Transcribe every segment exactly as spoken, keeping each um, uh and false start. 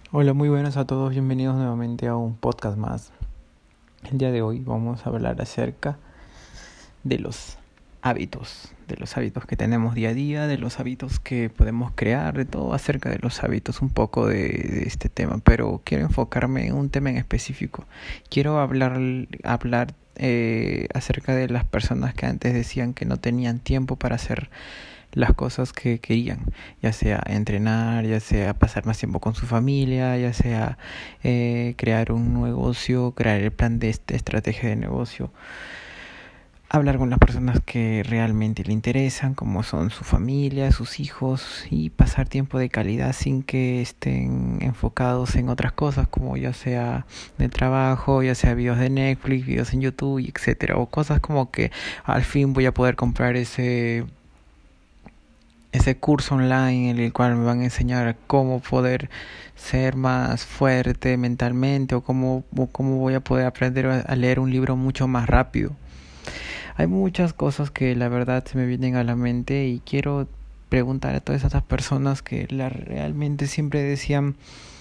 Hola, muy buenas a todos, bienvenidos nuevamente a un podcast más. El día de hoy vamos a hablar acerca de los hábitos, de los hábitos que tenemos día a día, de los hábitos que podemos crear, de todo acerca de los hábitos, un poco de, de este tema, pero quiero enfocarme en un tema en específico. Quiero hablar, hablar eh, acerca de las personas que antes decían que no tenían tiempo para hacer las cosas que querían, ya sea entrenar, ya sea pasar más tiempo con su familia, ya sea eh, crear un negocio, crear el plan de esta estrategia de negocio, hablar con las personas que realmente le interesan, como son su familia, sus hijos, y pasar tiempo de calidad sin que estén enfocados en otras cosas, como ya sea de trabajo, ya sea videos de Netflix, videos en YouTube, etcétera, o cosas como que al fin voy a poder comprar ese ese curso online en el cual me van a enseñar cómo poder ser más fuerte mentalmente o cómo, o cómo voy a poder aprender a leer un libro mucho más rápido. Hay muchas cosas que la verdad se me vienen a la mente y quiero preguntar a todas esas personas que la, realmente siempre decían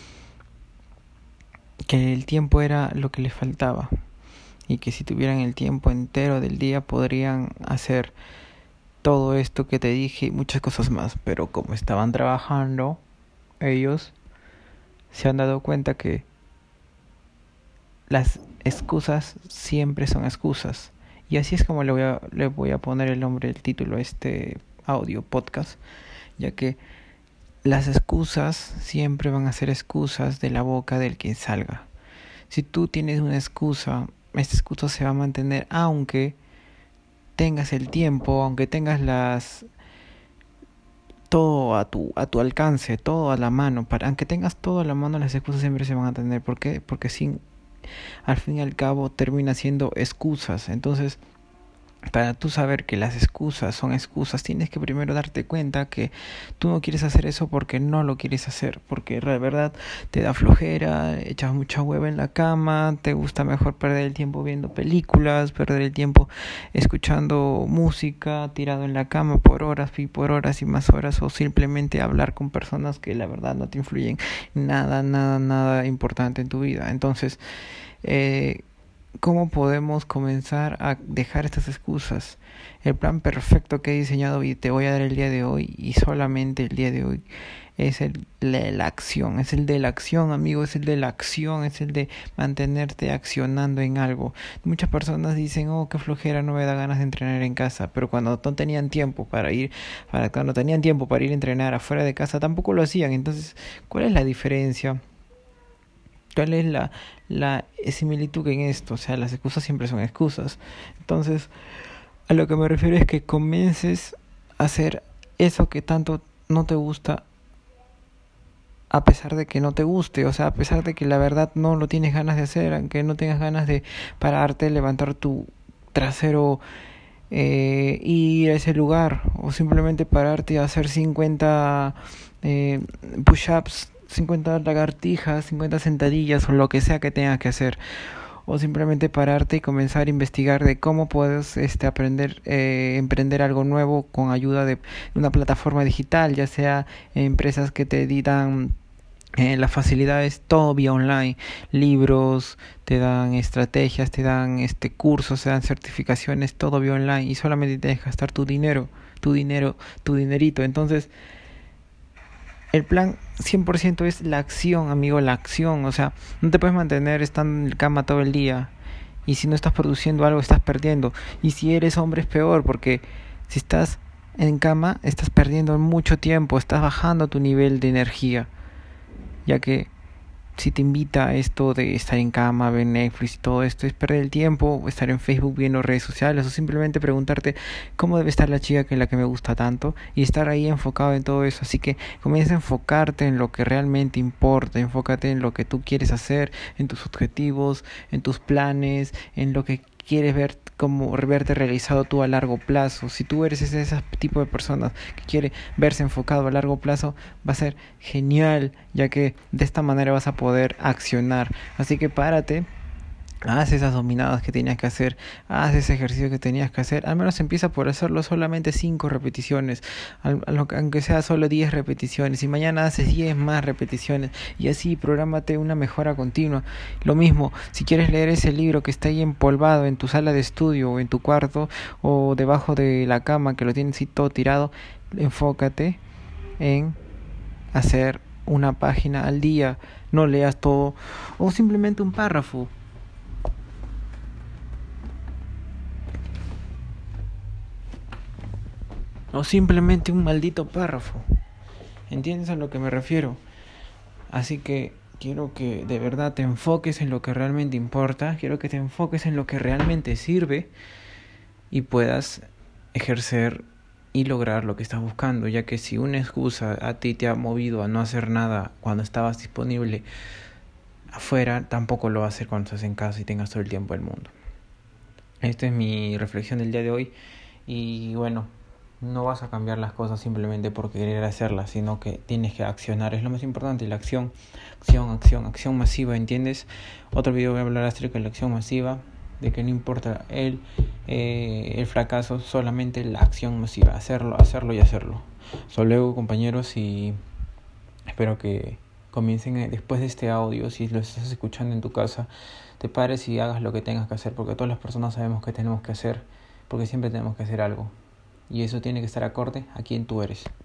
que el tiempo era lo que les faltaba y que si tuvieran el tiempo entero del día podrían hacer todo esto que te dije y muchas cosas más, pero como estaban trabajando, ellos se han dado cuenta que las excusas siempre son excusas. Y así es como le voy a, le voy a poner el nombre, el título a este audio podcast, ya que las excusas siempre van a ser excusas de la boca del que salga. Si tú tienes una excusa, esta excusa se va a mantener aunque tengas el tiempo, aunque tengas las todo a tu a tu alcance, todo a la mano, para aunque tengas todo a la mano, las excusas siempre se van a tener. ¿Por qué? Porque sin al fin y al cabo termina siendo excusas. Entonces, para tú saber que las excusas son excusas, tienes que primero darte cuenta que tú no quieres hacer eso porque no lo quieres hacer, porque de verdad te da flojera, echas mucha hueva en la cama, te gusta mejor perder el tiempo viendo películas, perder el tiempo escuchando música, tirado en la cama por horas y por horas y más horas, o simplemente hablar con personas que la verdad no te influyen nada, nada, nada importante en tu vida. Entonces, eh, ¿cómo podemos comenzar a dejar estas excusas? El plan perfecto que he diseñado y te voy a dar el día de hoy, y solamente el día de hoy, es el de la acción, es el de la acción, amigo, es el de la acción, es el de mantenerte accionando en algo. Muchas personas dicen, oh, qué flojera, no me da ganas de entrenar en casa, pero cuando no tenían tiempo para ir, para, cuando tenían tiempo para ir a entrenar afuera de casa, tampoco lo hacían. Entonces, ¿cuál es la diferencia? ¿Cuál es la, la similitud en esto? O sea, las excusas siempre son excusas. Entonces, a lo que me refiero es que comiences a hacer eso que tanto no te gusta, a pesar de que no te guste, o sea, a pesar de que la verdad no lo tienes ganas de hacer, aunque no tengas ganas de pararte, levantar tu trasero, eh, ir a ese lugar, o simplemente pararte y hacer cincuenta eh, push-ups, cincuenta lagartijas, cincuenta sentadillas o lo que sea que tengas que hacer, o simplemente pararte y comenzar a investigar de cómo puedes este, aprender, eh, emprender algo nuevo con ayuda de una plataforma digital, ya sea empresas que te editan eh, las facilidades, todo vía online, libros, te dan estrategias, te dan este cursos, te dan certificaciones, todo vía online, y solamente tienes que gastar tu dinero, tu dinero, tu dinerito. Entonces, el plan cien por ciento es la acción, amigo, la acción. O sea, no te puedes mantener estando en la cama todo el día. Y si no estás produciendo algo, estás perdiendo. Y si eres hombre es peor, porque si estás en cama, estás perdiendo mucho tiempo, estás bajando tu nivel de energía. Ya que si te invita a esto de estar en cama, ver Netflix y todo esto, es perder el tiempo, estar en Facebook viendo redes sociales, o simplemente preguntarte cómo debe estar la chica que es la que me gusta tanto, y estar ahí enfocado en todo eso. Así que comienza a enfocarte en lo que realmente importa, enfócate en lo que tú quieres hacer, en tus objetivos, en tus planes, en lo que quieres ver, como verte realizado tú a largo plazo. Si tú eres ese, ese tipo de personas que quiere verse enfocado a largo plazo, va a ser genial, ya que de esta manera vas a poder accionar. Así que párate Haz esas dominadas que tenías que hacer, haz ese ejercicio que tenías que hacer, al menos empieza por hacerlo solamente cinco repeticiones, al- a lo que- aunque sea solo diez repeticiones, y mañana haces diez más repeticiones, y así prográmate una mejora continua. Lo mismo, si quieres leer ese libro que está ahí empolvado en tu sala de estudio, o en tu cuarto, o debajo de la cama, que lo tienes así todo tirado, enfócate en hacer una página al día, no leas todo, o simplemente un párrafo. O simplemente un maldito párrafo. ¿Entiendes a lo que me refiero? Así que quiero que de verdad te enfoques en lo que realmente importa, quiero que te enfoques en lo que realmente sirve y puedas ejercer y lograr lo que estás buscando, ya que si una excusa a ti te ha movido a no hacer nada cuando estabas disponible afuera, tampoco lo va a hacer cuando estás en casa y tengas todo el tiempo del mundo. Esta es mi reflexión del día de hoy y bueno, no vas a cambiar las cosas simplemente por querer hacerlas, sino que tienes que accionar, es lo más importante, la acción, acción, acción, acción masiva, ¿entiendes? Otro video voy a hablar acerca de la acción masiva, de que no importa el, eh, el fracaso, solamente la acción masiva, hacerlo, hacerlo y hacerlo. Hasta luego, compañeros, y espero que comiencen eh, después de este audio, si lo estás escuchando en tu casa, te pares y hagas lo que tengas que hacer, porque todas las personas sabemos que tenemos que hacer, porque siempre tenemos que hacer algo. Y eso tiene que estar acorde a quien tú eres.